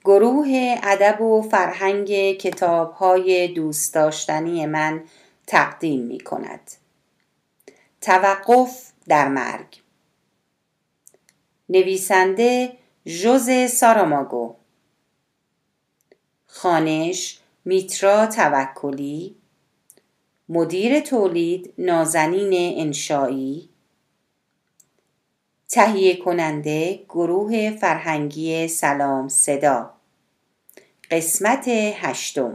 گروه ادب و فرهنگ کتاب‌های دوست داشتنی من تقدیم می‌کند. توقف در مرگ. نویسنده ژوزه ساراماگو. خوانش میترا توکلی. مدیر تولید نازنین انشایی. تهیه کننده گروه فرهنگی سلام صدا. قسمت 8.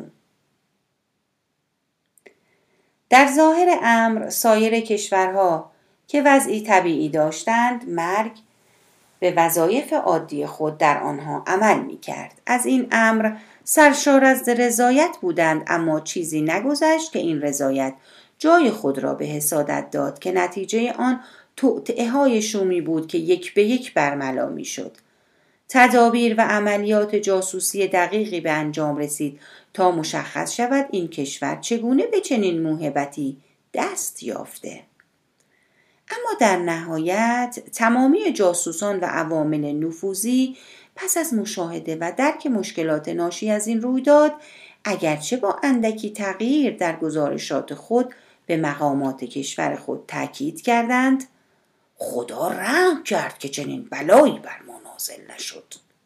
در ظاهر امر سایر کشورها که وضعی طبیعی داشتند مرگ به وظایف عادی خود در آنها عمل می کرد. از این امر سرشار از رضایت بودند، اما چیزی نگذشت که این رضایت جای خود را به حسادت داد که نتیجه آن توطئه‌های شومی بود که یک به یک برملا می شد. تدابیر و عملیات جاسوسی دقیقی به انجام رسید تا مشخص شود این کشور چگونه به چنین موهبتی دست یافته. اما در نهایت تمامی جاسوسان و عوامل نفوذی پس از مشاهده و درک مشکلات ناشی از این رویداد، اگرچه با اندکی تغییر در گزارشات خود به مقامات کشور خود تاکید کردند، خدا رحم کرد که چنین بلایی بر ما نازل نشد.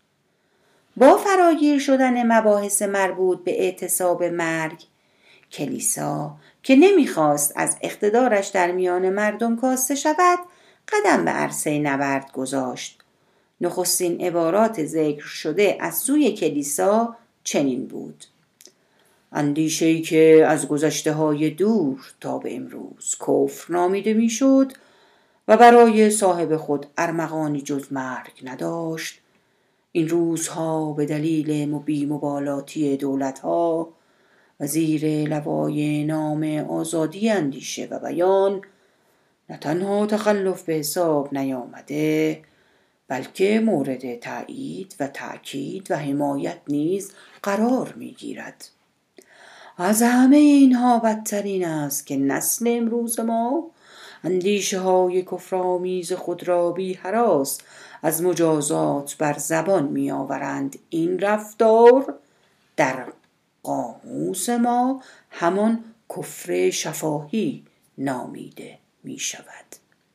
با فراگیر شدن مباحث مربوط به اعتصاب مرگ، کلیسا که نمیخواست از اقتدارش در میان مردم کاسته شود، قدم به عرصه نبرد گذاشت. نخستین عبارات ذکر شده از سوی کلیسا چنین بود: اندیشه‌ای که از گذشته‌های دور تا به امروز کفر نامیده میشد و برای صاحب خود ارمغانی جز مرگ نداشت، این روزها به دلیل بی‌مبالاتی دولت‌ها و زیر لوای نام آزادی اندیشه و بیان نه تنها تخلف به حساب نیامده، بلکه مورد تأیید و تأکید و حمایت نیز قرار می‌گیرد. از همه اینها بدترین است که نسل امروز ما اندیشه های کفرآمیز خود را بی هراس از مجازات بر زبان می آورند. این رفتار در قاموس ما همان کفر شفاهی نامیده می شود.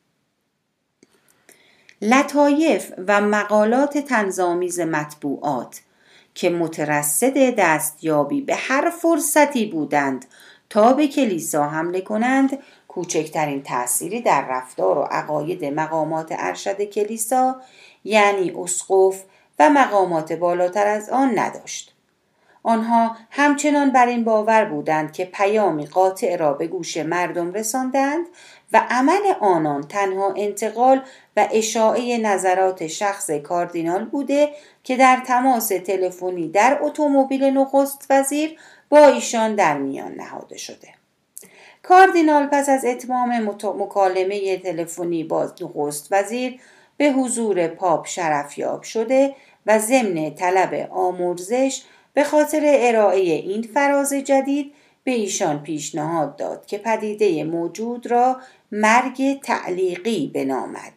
لطایف و مقالات طنزآمیز مطبوعات که مترصد دستیابی به هر فرصتی بودند تا به کلیسا حمله کنند، کوچکترین تأثیری در رفتار و عقاید مقامات ارشد کلیسا یعنی اسقف و مقامات بالاتر از آن نداشت. آنها همچنان بر این باور بودند که پیامی قاطع را به گوش مردم رساندند و عمل آنان تنها انتقال و اشاعه نظرات شخص کاردینال بوده که در تماس تلفنی در اتومبیل نخست وزیر با ایشان در میان نهاده شده. کاردینال پس از اتمام مکالمه تلفنی با نخست وزیر به حضور پاپ شرفیاب شده و ضمن طلب آمرزش به خاطر ارائه این فراز جدید به ایشان پیشنهاد داد که پدیده موجود را مرگ تعلیقی بنامد.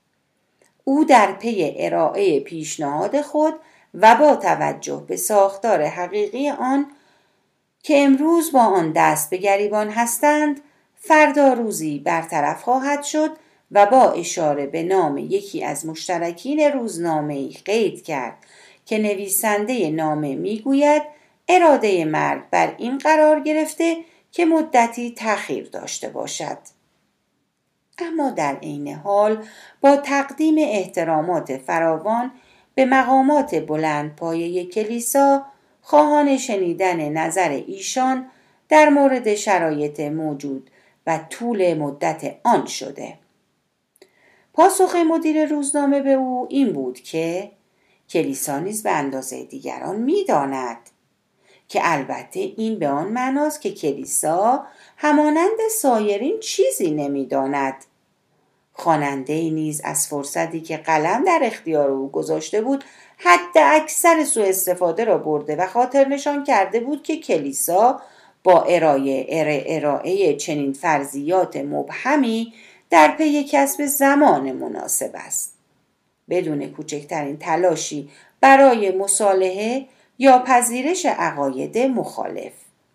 او در پی ارائه پیشنهاد خود و با توجه به ساختار حقیقی آن که امروز با آن دست به گریبان هستند، فردا روزی برطرف خواهد شد و با اشاره به نام یکی از مشترکین روزنامه‌ای قید کرد که نویسنده نامه میگوید اراده مرگ بر این قرار گرفته که مدتی تأخیر داشته باشد. اما در عین حال با تقدیم احترامات فراوان به مقامات بلندپایه کلیسا، خواهان شنیدن نظر ایشان در مورد شرایط موجود و طول مدت آن شده. پاسخ مدیر روزنامه به او این بود که کلیسا نیز به اندازه دیگران می‌داند که البته این به آن معناست که کلیسا همانند سایرین چیزی نمی‌داند. خواننده نیز از فرصتی که قلم در اختیار او گذاشته بود حد اکثر سوء استفاده را برده و خاطر نشان کرده بود که کلیسا با ارائه چنین فرضیات مبهمی در پی کسب زمان مناسب است. بدون کوچکترین تلاشی برای مصالحه یا پذیرش عقاید مخالف.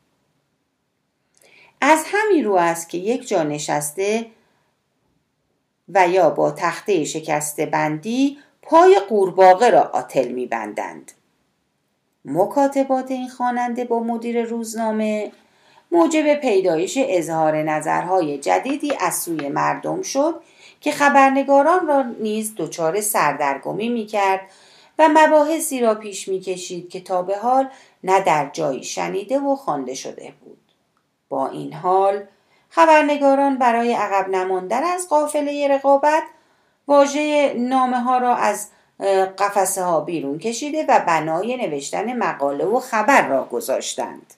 از همین رو است که یک جا نشسته و یا با تخته شکسته بندی پای قورباغه را آتل می‌بندند. مکاتبات این خواننده با مدیر روزنامه موجب پیدایش اظهار نظرهای جدیدی از سوی مردم شد که خبرنگاران را نیز دچار سردرگمی می‌کرد و مباحثی را پیش می‌کشید که تا به حال نه در جایی شنیده و خوانده شده بود. با این حال خبرنگاران برای عقب نماندن از قافله رقابت واژه نامه‌ها را از قفسه ها بیرون کشیده و بنای نوشتن مقاله و خبر را گذاشتند.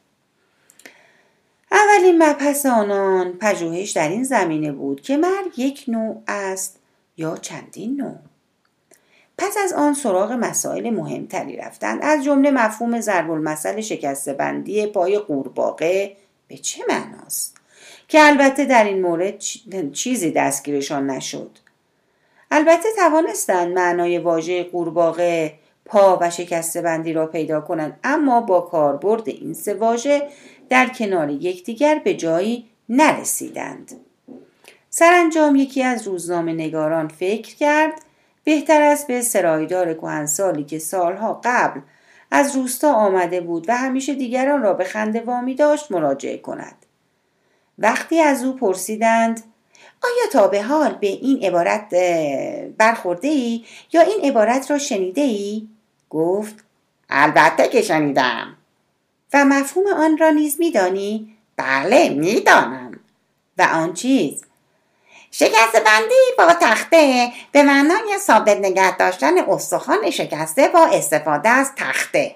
اولین مبحث آنان پژوهش در این زمینه بود که مرگ یک نوع است یا چندین نوع. پس از آن سراغ مسائل مهمتری رفتند، از جمله مفهوم ضرب المثل شکسته بندی پای قورباغه به چه معناست، که البته در این مورد چیزی دستگیرشان نشد. البته توانستند معنای واژه قورباغه، پا و شکسته بندی را پیدا کنند، اما با کاربرد این سه واژه در کنار یکدیگر به جایی نرسیدند. سرانجام یکی از روزنامه نگاران فکر کرد بهتر است به سرایدار کهنسالی که سالها قبل از روستا آمده بود و همیشه دیگران را به خنده وامی داشت مراجعه کند. وقتی از او پرسیدند آیا تا به حال به این عبارت برخورده ای یا این عبارت را شنیده ای؟ گفت البته که شنیدم. و مفهوم آن را نیز می‌دانی؟ بله می‌دانم. و آن چیز؟ شکسته بندی با تخته به معنای ثابت نگه داشتن استخوان شکسته با استفاده از تخته.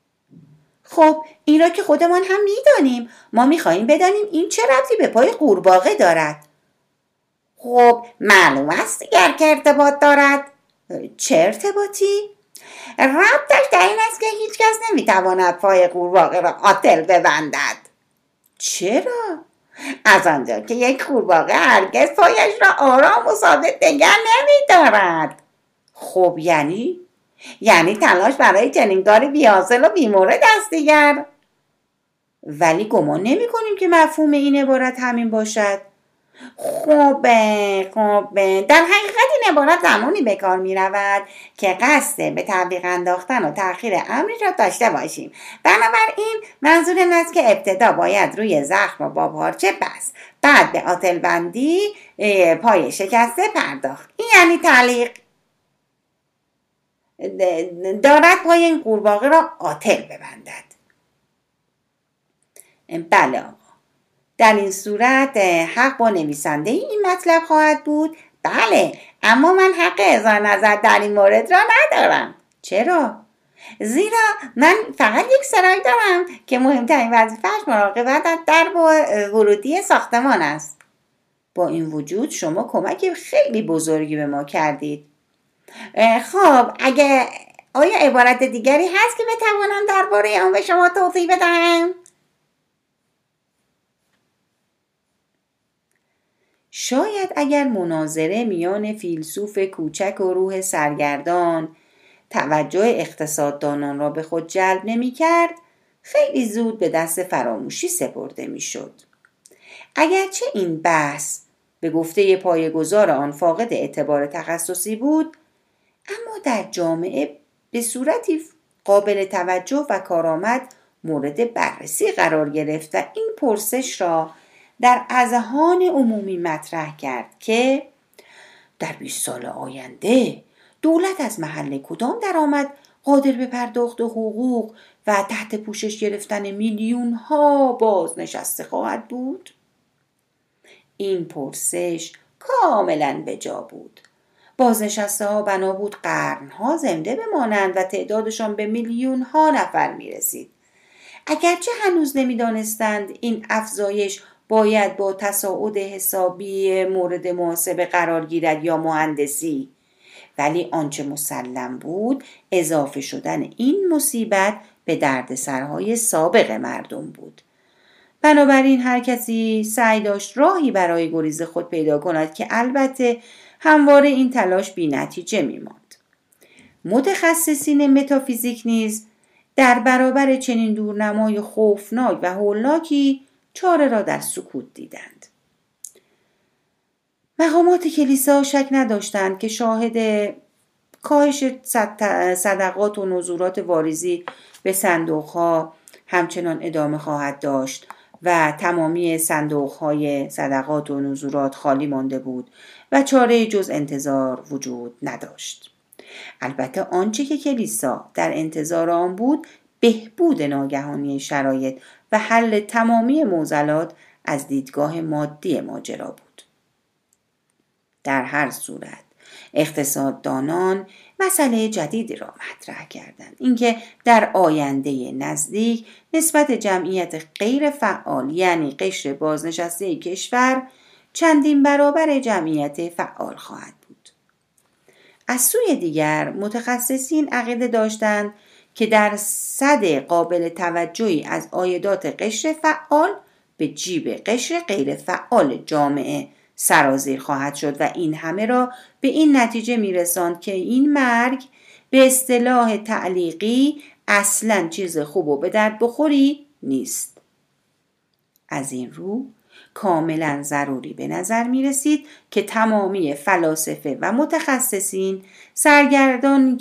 خب این را که خودمان هم می‌دانیم، ما می‌خواهیم بدانیم این چه ربطی به پای قورباغه دارد. خب معلوم است اگر که ارتباط دارد. چه ارتباطی؟ ربطش در این است که هیچ کس نمیتواند پای قورباغه را آتل ببندد. چرا؟ از آنجا که یک قورباغه هرگز پایش را آرام و ثابت نگه نمیدارد. خب یعنی تلاش برای چنین کاری بی‌حاصل و بی‌مورد است دیگر. ولی گمان نمی کنیم که مفهوم این عبارت همین باشد. خوبه در حقیقت این عبارت زمانی به کار می رود که قصد به تعویق انداختن و تأخیر امری را داشته باشیم. بنابراین منظور این است که ابتدا باید روی زخم و با پارچه بست، بعد به آتل بندی پای شکسته پرداخت. این یعنی تعلیق. دارد پای این قورباغه را آتل ببندد. بله آقا، در این صورت حق با نویسنده این مطلب خواهد بود. بله، اما من حق اظهار نظر در این مورد را ندارم. چرا؟ زیرا من فقط یک سرای دارم که مهمترین وظیفه‌اش مراقبت از درب و ورودی ساختمان است. با این وجود شما کمک خیلی بزرگی به ما کردید. خب آیا عبارت دیگری هست که بتوانم درباره آن به شما توضیح بدهم؟ شاید اگر مناظره میان فیلسوف کوچک و روح سرگردان توجه اقتصاددانان را به خود جلب نمی کرد، خیلی زود به دست فراموشی سپرده می شد. اگرچه این بحث به گفته پایه‌گذار آن فاقد اعتبار تخصصی بود، اما در جامعه به صورتی قابل توجه و کارآمد مورد بررسی قرار گرفت و این پرسش را در اذهان عمومی مطرح کرد که در 20 سال آینده دولت از محل کدام درآمد قادر به پرداخت حقوق و تحت پوشش گرفتن میلیون ها بازنشسته خواهد بود؟ این پرسش کاملا به جا بود. بازنشسته ها بنا بود قرنها زنده بمانند و تعدادشان به میلیون ها نفر می رسید. اگرچه هنوز نمی دانستند این افزایش باید با تصاعد حسابی مورد محاسبه قرار گیرد یا مهندسی، ولی آنچه مسلم بود اضافه شدن این مصیبت به دردسرهای سابق مردم بود. بنابراین هر کسی سعی داشت راهی برای گریز خود پیدا کند که البته همواره این تلاش بی نتیجه می ماند. متخصصین متافیزیک نیز در برابر چنین دورنمای خوفناک و هولناکی چاره را در سکوت دیدند. مقامات کلیسا شک نداشتند که شاهد کاهش صدقات و نذورات واریزی به صندوقها همچنان ادامه خواهد داشت و تمامی صندوقهای صدقات و نذورات خالی مانده بود و چاره جز انتظار وجود نداشت. البته آنچه که کلیسا در انتظار آن بود بهبود ناگهانی شرایط و حل تمامی معضلات از دیدگاه مادی ماجرا بود. در هر صورت اقتصاددانان مسئله جدیدی را مطرح کردند، اینکه در آینده نزدیک نسبت جمعیت غیر فعال یعنی قشر بازنشسته کشور چندین برابر جمعیت فعال خواهد بود. از سوی دیگر متخصصین عقیده داشتند که درصد قابل توجهی از عایدات قشر فعال به جیب قشر غیر فعال جامعه سرازیر خواهد شد و این همه را به این نتیجه میرساند که این مرگ به اصطلاح تعلیقی اصلاً چیز خوب و به درد بخوری نیست. از این رو کاملاً ضروری به نظر می رسید که تمامی فلاسفه و متخصصین سرگردان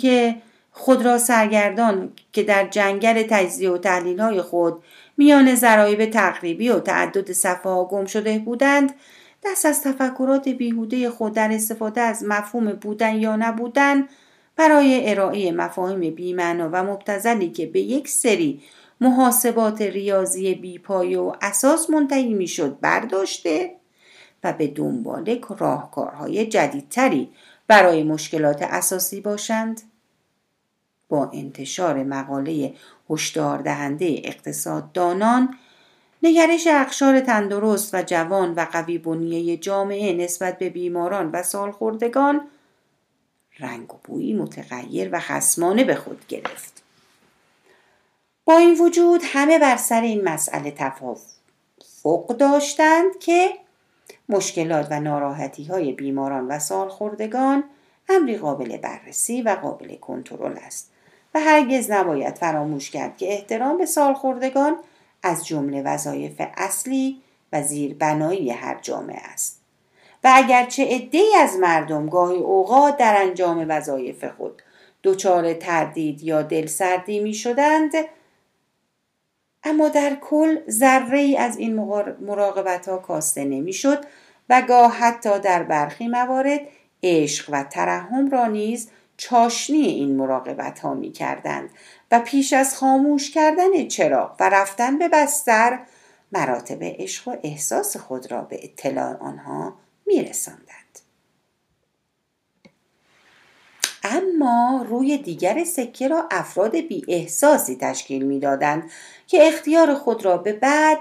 که در جنگل تجزیه و تحلیل های خود میان ضرایب تقریبی و تعدد صفحه ها گم شده بودند، دست از تفکرات بیهوده خود در استفاده از مفهوم بودن یا نبودن برای ارائه مفاهیم بی‌معنا و مبتذلی که به یک سری محاسبات ریاضی بی‌پایه و اساس منتهی میشد برداشته و به دنبال راهکارهای جدیدتری برای مشکلات اساسی باشند. با انتشار مقاله هشدار دهنده اقتصاددانان، نگرش اقشار تندرست و جوان و قوی بنیه جامعه نسبت به بیماران و سالخوردگان رنگ و بویی متغیر و خصمانه به خود گرفت. با این وجود همه بر سر این مسئله توافق داشتند که مشکلات و ناراحتی های بیماران و سالخوردگان امری قابل بررسی و قابل کنترل است و هرگز نباید فراموش کرد که احترام به سالخوردگان از جمله وظایف اصلی و زیربنایی هر جامعه است و اگرچه عده‌ای از مردم گاهی اوقات در انجام وظایف خود دچار تردید یا دلسردی می شدند، اما در کل ذره‌ای از این مراقبت‌ها کاسته نمی‌شد و گاه حتی در برخی موارد عشق و ترحم را نیز چاشنی این مراقبت‌ها می‌کردند و پیش از خاموش کردن چراغ و رفتن به بستر مراتب عشق و احساس خود را به اطلاع آنها می‌رساندند. اما روی دیگر سکه را افراد بی احساسی تشکیل می‌دادند که اختیار خود را به بعد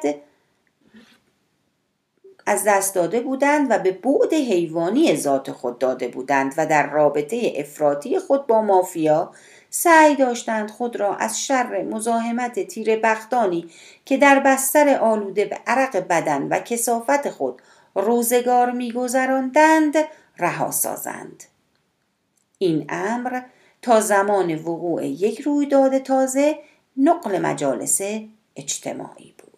از دست داده بودند و به بعد حیوانی ذات خود داده بودند و در رابطه افراطی خود با مافیا سعی داشتند خود را از شر مزاحمت تیره بختانی که در بستر آلوده به عرق بدن و کثافت خود روزگار می‌گذراندند رها سازند. این امر تا زمان وقوع یک رویداد تازه نقل مجالس اجتماعی بود.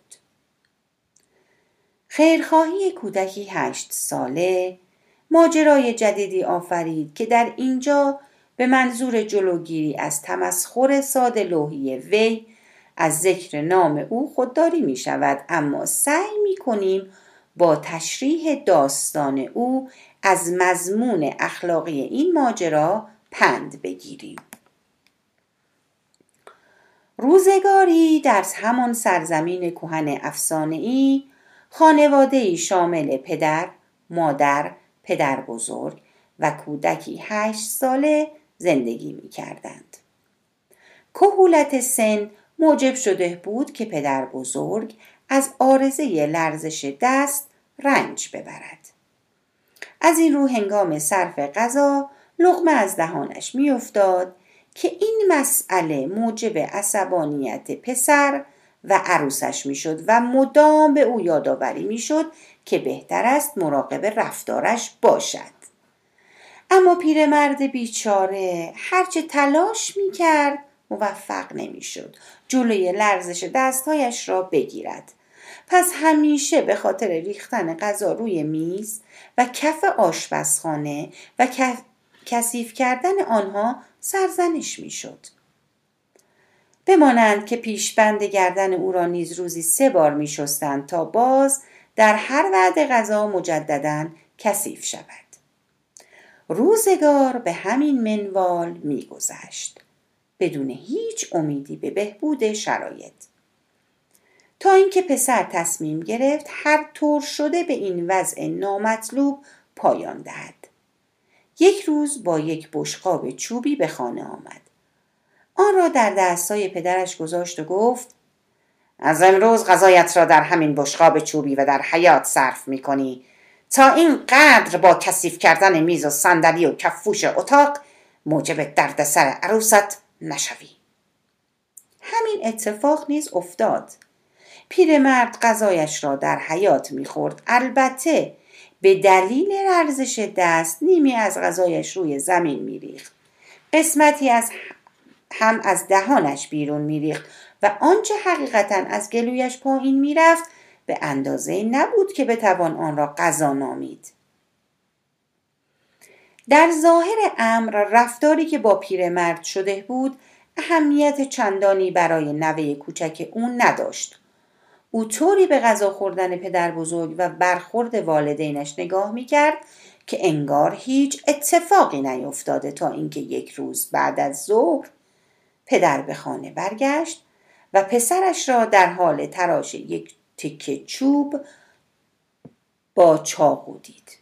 خیرخواهی کودکی 8 ساله ماجرای جدیدی آفرید که در اینجا به منظور جلوگیری از تمسخر ساده لوحی وی از ذکر نام او خودداری می شود، اما سعی می کنیم با تشریح داستان او از مضمون اخلاقی این ماجرا پند بگیریم. روزگاری در همان سرزمین کهن افسانه‌ای خانواده‌ای شامل پدر، مادر، پدر بزرگ و کودکی 8 ساله زندگی می کردند. کهولت سن موجب شده بود که پدر بزرگ از عارضه لرزش دست رنج ببرد. از این رو هنگام صرف غذا لقمه از دهانش می افتاد که این مسئله موجب عصبانیت پسر و عروسش می شد و مدام به او یادآوری می شد که بهتر است مراقب رفتارش باشد. اما پیرمرد بیچاره هرچه تلاش میکرد موفق نمیشد جلوی لرزش دستهایش را بگیرد. پس همیشه به خاطر ریختن غذا روی میز و کف آشپزخانه و کثیف کردن آنها سرزنش میشد. بمانند که پیشبند گردن او را نیز روزی 3 بار میشستند تا باز در هر وعده غذا مجدداً کثیف شود. روزگار به همین منوال میگذشت بدون هیچ امیدی به بهبود شرایط، تا اینکه پسر تصمیم گرفت هر طور شده به این وضع نامطلوب پایان دهد. یک روز با یک بشقاب چوبی به خانه آمد. آن را در دستای پدرش گذاشت و گفت: از امروز غذایت را در همین بشقاب چوبی و در حیاط صرف می کنی تا اینقدر با کثیف کردن میز و صندلی و کفوش اتاق موجب دردسر عروست نشوی. همین اتفاق نیز افتاد. پیرمرد غذایش را در حیاط می‌خورد. البته به دلیل لرزش دست نیمی از غذایش روی زمین می‌ریخت. قسمتی هم از دهانش بیرون می‌ریخت و آنچه حقیقتاً از گلویش پایین می‌رفت به اندازه نبود که بتوان آن را غذا نامید. در ظاهر امر رفتاری که با پیرمرد شده بود اهمیت چندانی برای نوه کوچک او نداشت. او طوری به غذا خوردن پدر بزرگ و برخورد والدینش نگاه می‌کرد که انگار هیچ اتفاقی نیفتاده، تا اینکه یک روز بعد از ظهر پدر به خانه برگشت و پسرش را در حال تراش یک تکه چوب با چاقو دید.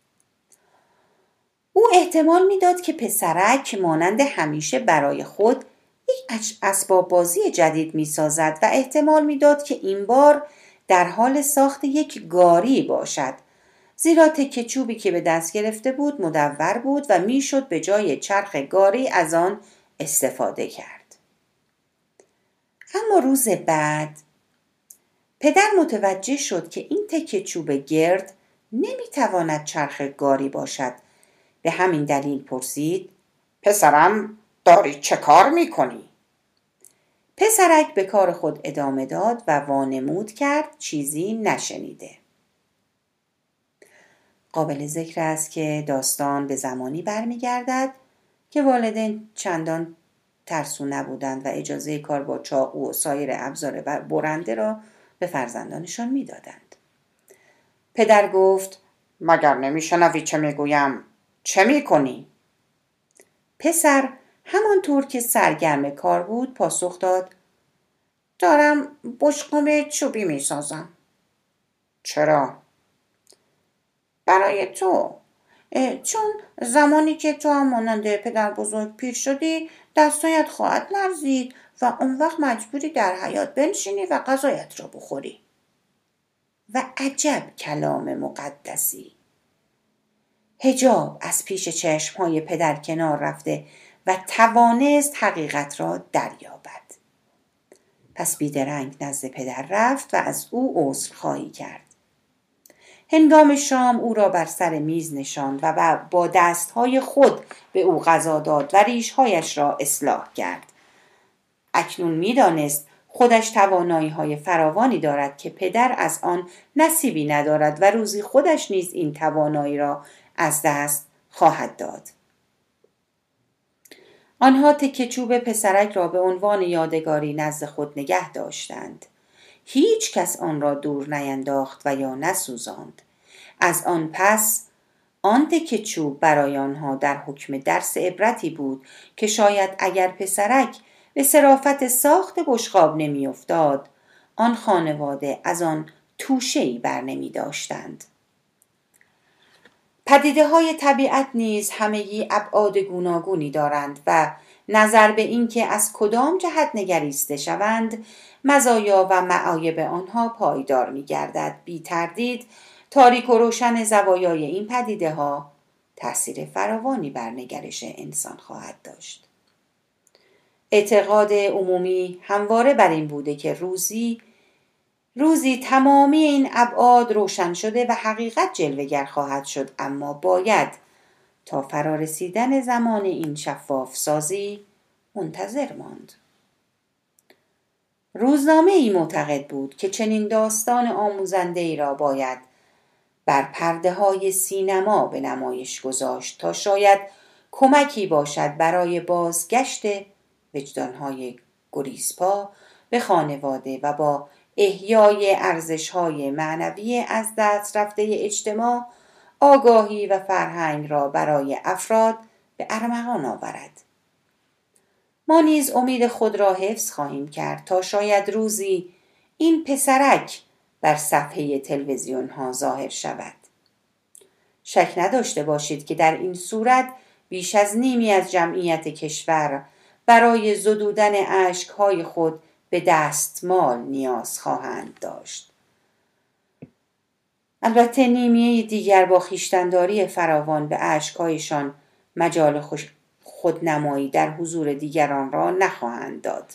او احتمال می‌داد که پسرک مانند همیشه برای خود یک اسباب بازی جدید می‌سازد و احتمال می‌داد که این بار در حال ساخت یک گاری باشد، زیرا تکه چوبی که به دست گرفته بود مدور بود و میشد به جای چرخ گاری از آن استفاده کرد. اما روز بعد پدر متوجه شد که این تکه چوب گرد نمیتواند چرخ گاری باشد. به همین دلیل پرسید: پسرم، داری چه کار میکنی؟ پسرک به کار خود ادامه داد و وانمود کرد چیزی نشنیده. قابل ذکر است که داستان به زمانی برمیگردد که والدین چندان ترسو نبودند و اجازه کار با چاقو و سایر ابزار برنده را به فرزندانشان میدادند. پدر گفت: مگر نمیشنوی چه میگویم؟ چه میکنی؟ پسر همانطور که سرگرم کار بود پاسخ داد: دارم بشقاب چوبی میسازم. چرا؟ برای تو. چون زمانی که تو هم مانند پدر بزرگ پیر شدی دستایت خواهد لرزید و اون وقت مجبوری در حیاط بنشینی و غذایت را بخوری. و عجب کلام مقدسی! حجاب از پیش چشمهای پدر کنار رفته و توانست حقیقت را دریابد. پس بیدرنگ نزد پدر رفت و از او عذرخواهی کرد. هنگام شام او را بر سر میز نشاند و با دستهای خود به او غذا داد و ریشهایش را اصلاح کرد. اکنون می‌دانست خودش توانایی‌های فراوانی دارد که پدر از آن نصیبی ندارد و روزی خودش نیز این توانایی را از دست خواهد داد. آنها تکه چوب پسرک را به عنوان یادگاری نزد خود نگه داشتند. هیچ کس آن را دور نینداخت و یا نسوزاند. از آن پس آن تکه چوب برای آنها در حکم درس عبرتی بود که شاید اگر پسرک به صرافت ساخت بشقاب نمی افتاد، آن خانواده از آن توشه‌ای بر نمی داشتند. پدیده های طبیعت نیز همگی ابعاد گوناگونی دارند و نظر به این که از کدام جهت نگریسته شوند مزایا و معایب آنها پایدار می گردد. بی تردید تاریک و روشن زوایای این پدیده ها تأثیر فراوانی بر نگرش انسان خواهد داشت. اعتقاد عمومی همواره بر این بوده که روزی تمامی این ابعاد روشن شده و حقیقت جلوه‌گر خواهد شد، اما باید تا فرارسیدن زمان این شفاف سازی منتظر ماند. روزنامه ای معتقد بود که چنین داستان آموزنده ای را باید بر پرده های سینما به نمایش گذاشت تا شاید کمکی باشد برای بازگشت وجدانهای گریزپا به خانواده و با احیای ارزش‌های معنوی از دست رفته اجتماع آگاهی و فرهنگ را برای افراد به ارمغان آورد. ما نیز امید خود را حفظ خواهیم کرد تا شاید روزی این پسرک بر صفحه تلویزیون ها ظاهر شود. شک نداشته باشید که در این صورت بیش از نیمی از جمعیت کشور برای زدودن اشک‌های خود به دستمال نیاز خواهند داشت. البته نیمیه دیگر با خویشتن‌داری فراوان به اشک‌هایشان مجال خودنمایی در حضور دیگران را نخواهند داد.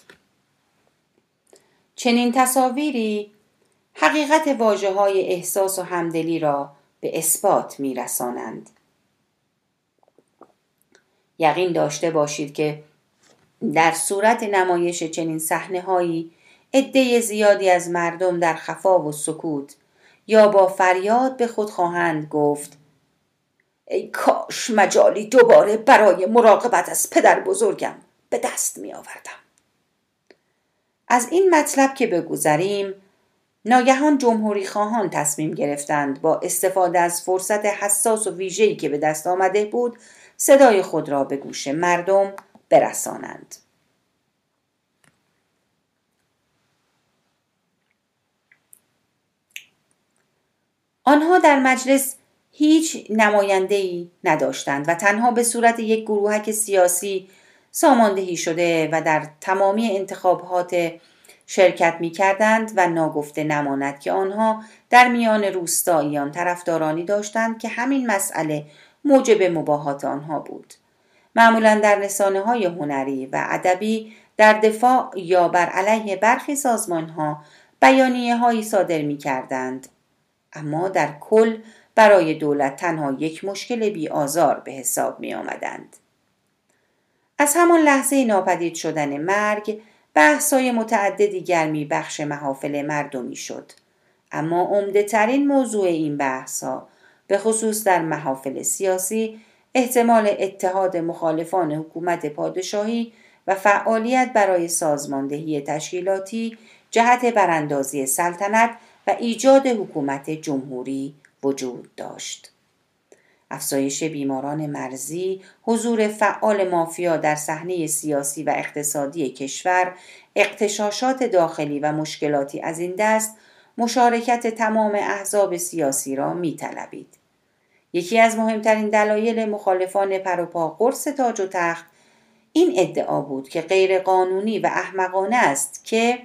چنین تصاویری حقیقت واژه‌های احساس و همدلی را به اثبات می‌رسانند. یقین داشته باشید که در صورت نمایش چنین صحنه‌هایی عده زیادی از مردم در خفا و سکوت یا با فریاد به خود خواهند گفت: ای کاش مجالی دوباره برای مراقبت از پدر بزرگم به دست می آوردم. از این مطلب که بگذریم، ناگهان جمهوری خواهان تصمیم گرفتند با استفاده از فرصت حساس و ویژه‌ای که به دست آمده بود صدای خود را به گوش مردم برسانند. آنها در مجلس هیچ نماینده‌ای نداشتند و تنها به صورت یک گروهک سیاسی ساماندهی شده و در تمامی انتخابات شرکت می کردند و ناگفته نماند که آنها در میان روستاییان طرفدارانی داشتند که همین مسئله موجب مباهات آنها بود. معمولاً در رسانه‌های هنری و ادبی در دفاع یا بر علیه برخی سازمان‌ها بیانیه‌هایی صادر می‌کردند، اما در کل برای دولت تنها یک مشکل بی‌آزار به حساب می‌آمدند. از همان لحظه ناپدید شدن مرگ، بحث‌های متعددی گرمی بخش محافل مردمی شد، اما عمده‌ترین موضوع این بحث‌ها به خصوص در محافل سیاسی احتمال اتحاد مخالفان حکومت پادشاهی و فعالیت برای سازماندهی تشکیلاتی جهت براندازی سلطنت و ایجاد حکومت جمهوری وجود داشت. افزایش بیماران مرضی، حضور فعال مافیا در صحنه سیاسی و اقتصادی کشور، اغتشاشات داخلی و مشکلاتی از این دست مشارکت تمام احزاب سیاسی را می‌طلبید. یکی از مهمترین دلایل مخالفان پروپا قرص تاج و تخت این ادعا بود که غیر قانونی و احمقانه است که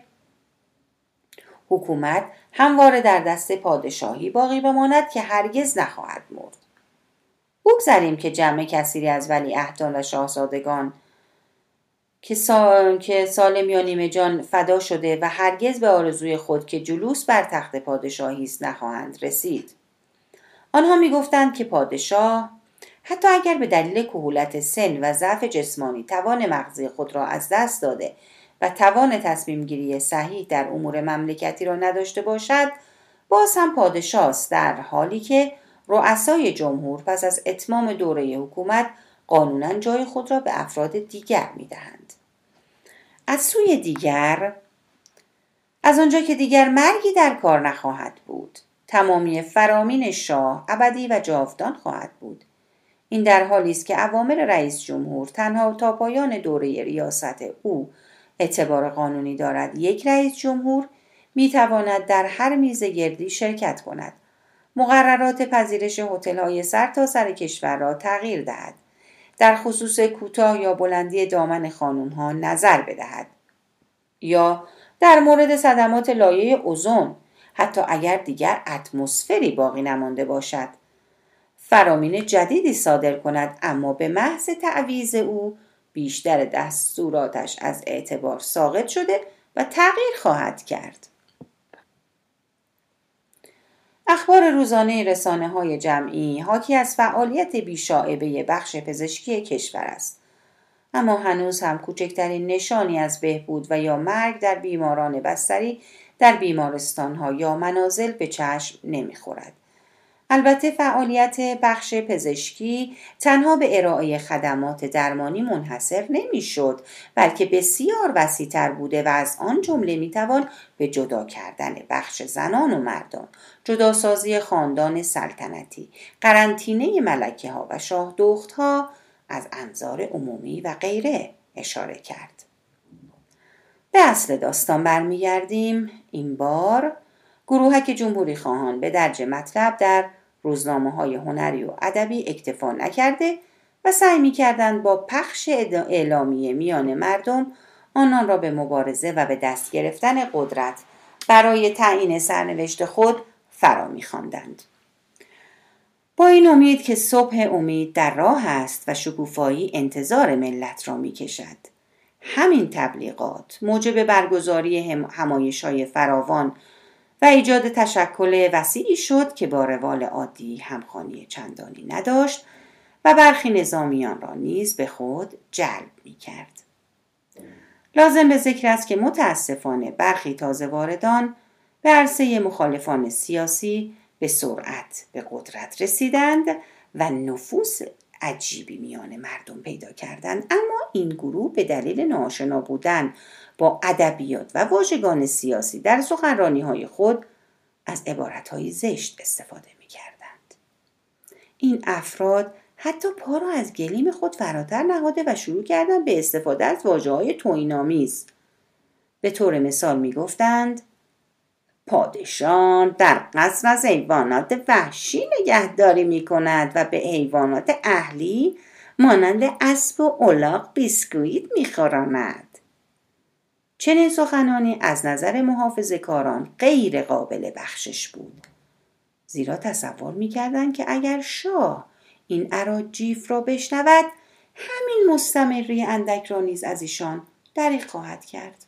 حکومت همواره در دست پادشاهی باقی بماند که هرگز نخواهد مرد. بگذاریم که جمع کثیری از ولیعهدان و شاهزادگان که سالم یا نیمه جان فدا شده و هرگز به آرزوی خود که جلوس بر تخت پادشاهی است نخواهند رسید. آنها می‌گفتند که پادشاه حتی اگر به دلیل کهولت سن و ضعف جسمانی توان مغزی خود را از دست داده و توان تصمیم گیری صحیح در امور مملکتی را نداشته باشد، باز هم پادشاه است، در حالی که رؤسای جمهور پس از اتمام دوره حکومت قانوناً جای خود را به افراد دیگر می‌دهند. از سوی دیگر، از آنجا که دیگر مرگی در کار نخواهد بود، تمامی فرامین شاه ابدی و جاودان خواهد بود. این در حالی است که اوامر رئیس جمهور تنها تا پایان دوره ریاست او اعتبار قانونی دارد. یک رئیس جمهور می‌تواند در هر میز گردی شرکت کند، مقررات پذیرش هتل‌های سرتاسر کشور را تغییر دهد، در خصوص کوتاه یا بلندی دامن خانم‌ها نظر بدهد، یا در مورد صدمات لایه اوزون، حتی اگر دیگر اتمسفری باقی نمانده باشد، فرامین جدیدی صادر کند، اما به محض تعویض او بیشتر دستوراتش از اعتبار ساقط شده و تغییر خواهد کرد. اخبار روزانه رسانه‌های جمعی حاکی از فعالیت بیشاعبه بخش پزشکی کشور است. اما هنوز هم کوچکترین نشانی از بهبود و یا مرگ در بیماران بستری در بیمارستان‌ها یا منازل به چشم نمی‌خورد. البته فعالیت بخش پزشکی تنها به ارائه خدمات درمانی منحصر نمی‌شد، بلکه بسیار وسیع‌تر بوده و از آن جمله می‌توان به جدا کردن بخش زنان و مردان، جداسازی خاندان سلطنتی، قرنطینه ملکه‌ها و شاه دخت‌ها از انظار عمومی و غیره اشاره کرد. به اصل داستان برمیگردیم. این بار گروهک جمهوری خواهان به درج مطلب در روزنامه‌های هنری و ادبی اکتفا نکرده و سعی می‌کردند با پخش اعلامیه میان مردم آنان را به مبارزه و به دست گرفتن قدرت برای تعیین سرنوشت خود فرا می‌خواندند. با این امید که صبح امید در راه است و شکوفایی انتظار ملت را می‌کشد. همین تبلیغات موجب برگزاری همایش‌های فراوان و ایجاد تشکل وسیعی شد که با روال عادی همخوانی چندانی نداشت و برخی نظامیان را نیز به خود جلب می‌کرد. لازم به ذکر است که متاسفانه برخی تازه واردان به عرصه مخالفان سیاسی به سرعت به قدرت رسیدند و نفوذ عجیبی میان مردم پیدا کردند، اما این گروه به دلیل ناآشنا بودن با ادبیات و واژگان سیاسی در سخنرانی‌های خود از عبارت‌های زشت استفاده می‌کردند. این افراد حتی پا را از گلیم خود فراتر نهاده و شروع کردند به استفاده از واژه‌های توهین‌آمیز. به طور مثال می‌گفتند پادشاه در قصر از حیوانات وحشی نگهداری می‌کند و به حیوانات اهلی مانند اسب و الاغ بیسکویت می‌خوراند. چنین سخنانی از نظر محافظه‌کاران غیر قابل بخشش بود، زیرا تصور می‌کردند که اگر شاه این اراجیف را بشنود، همین مستمری اندک را نیز از ایشان دریغ خواهد کرد.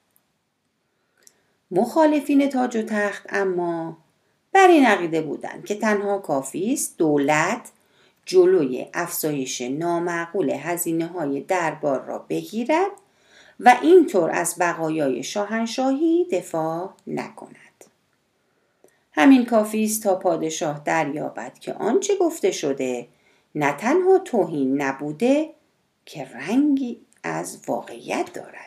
مخالفین تاج و تخت اما بر این عقیده بودند که تنها کافی است دولت جلوی افزایش نامعقول هزینه‌های دربار را بگیرد و اینطور از بقایای شاهنشاهی دفاع نکند. همین کافی است تا پادشاه دریابد که آنچه گفته شده نه تنها توهین نبوده که رنگی از واقعیت دارد.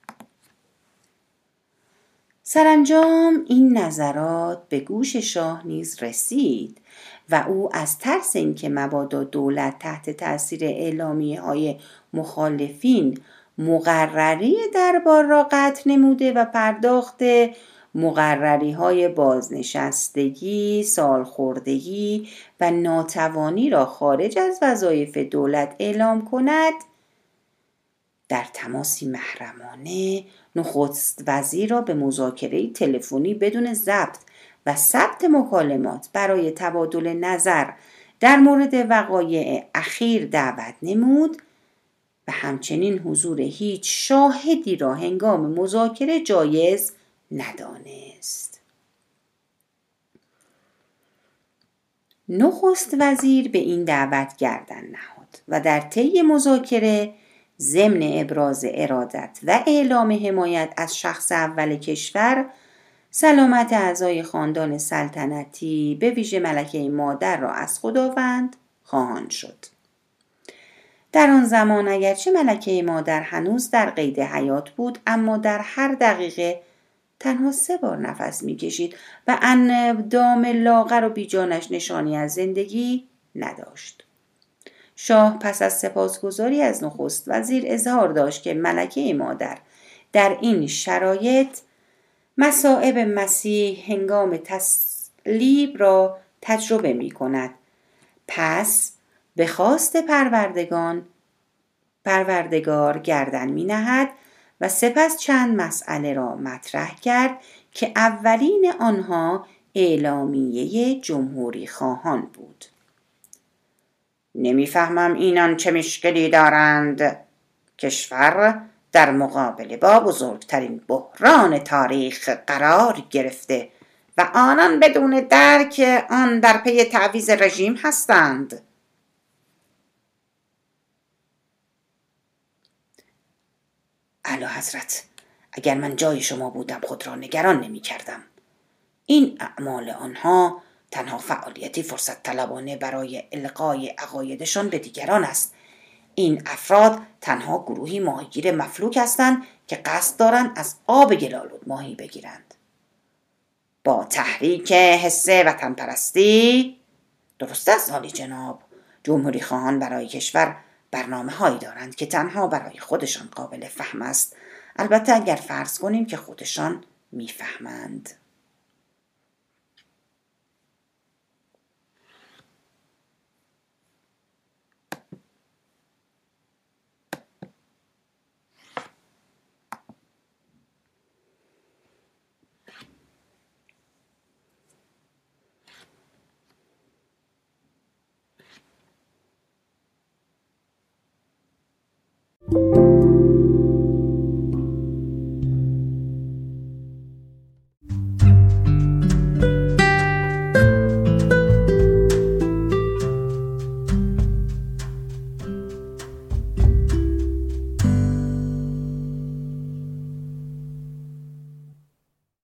سرانجام این نظرات به گوش شاه نیز رسید و او از ترس اینکه مبادا دولت تحت تأثیر اعلامیه‌های مخالفین مقرری دربار را قطع نموده و پرداخت مقرری‌های بازنشستگی، سالخوردگی و ناتوانی را خارج از وظایف دولت اعلام کند، در تماسی محرمانه نخست وزیر را به مذاکره تلفنی بدون ضبط و ثبت مکالمات برای تبادل نظر در مورد وقایع اخیر دعوت نمود و همچنین حضور هیچ شاهدی را هنگام مذاکره جایز ندانست. نخست وزیر به این دعوت گردن نهاد و در طی مذاکره ضمن ابراز ارادت و اعلام حمایت از شخص اول کشور، سلامت اعضای خاندان سلطنتی به ویژه ملکه مادر را از خداوند خواهان شد. در آن زمان اگرچه ملکه مادر هنوز در قید حیات بود، اما در هر دقیقه تنها 3 بار نفس می‌کشید و اندام لاغر و بیجانش نشانی از زندگی نداشت. شاه پس از سپاسگزاری از نخست وزیر اظهار داشت که ملکه مادر در این شرایط مصائب مسیح هنگام تصلیب را تجربه می کند. پس به خواست پروردگار گردن می نهد و سپس چند مسئله را مطرح کرد که اولین آنها اعلامیه جمهوری خواهان بود. نمیفهمم اینان چه مشکلی دارند. کشور در مقابله با بزرگترین بحران تاریخ قرار گرفته و آنان بدون درک آن در پی تعویض رژیم هستند. اعلی حضرت، اگر من جای شما بودم خود را نگران نمی کردم. این اعمال آنها تنها فعالیتی فرصت طلبانه برای القای عقایدشان به دیگران است. این افراد تنها گروهی ماهیگیر مفلوک هستند که قصد دارند از آب گلالود ماهی بگیرند. با تحریک حس وطن پرستی، درست است عالی جناب، جمهوری خواهان برای کشور برنامه هایی دارند که تنها برای خودشان قابل فهم است، البته اگر فرض کنیم که خودشان میفهمند.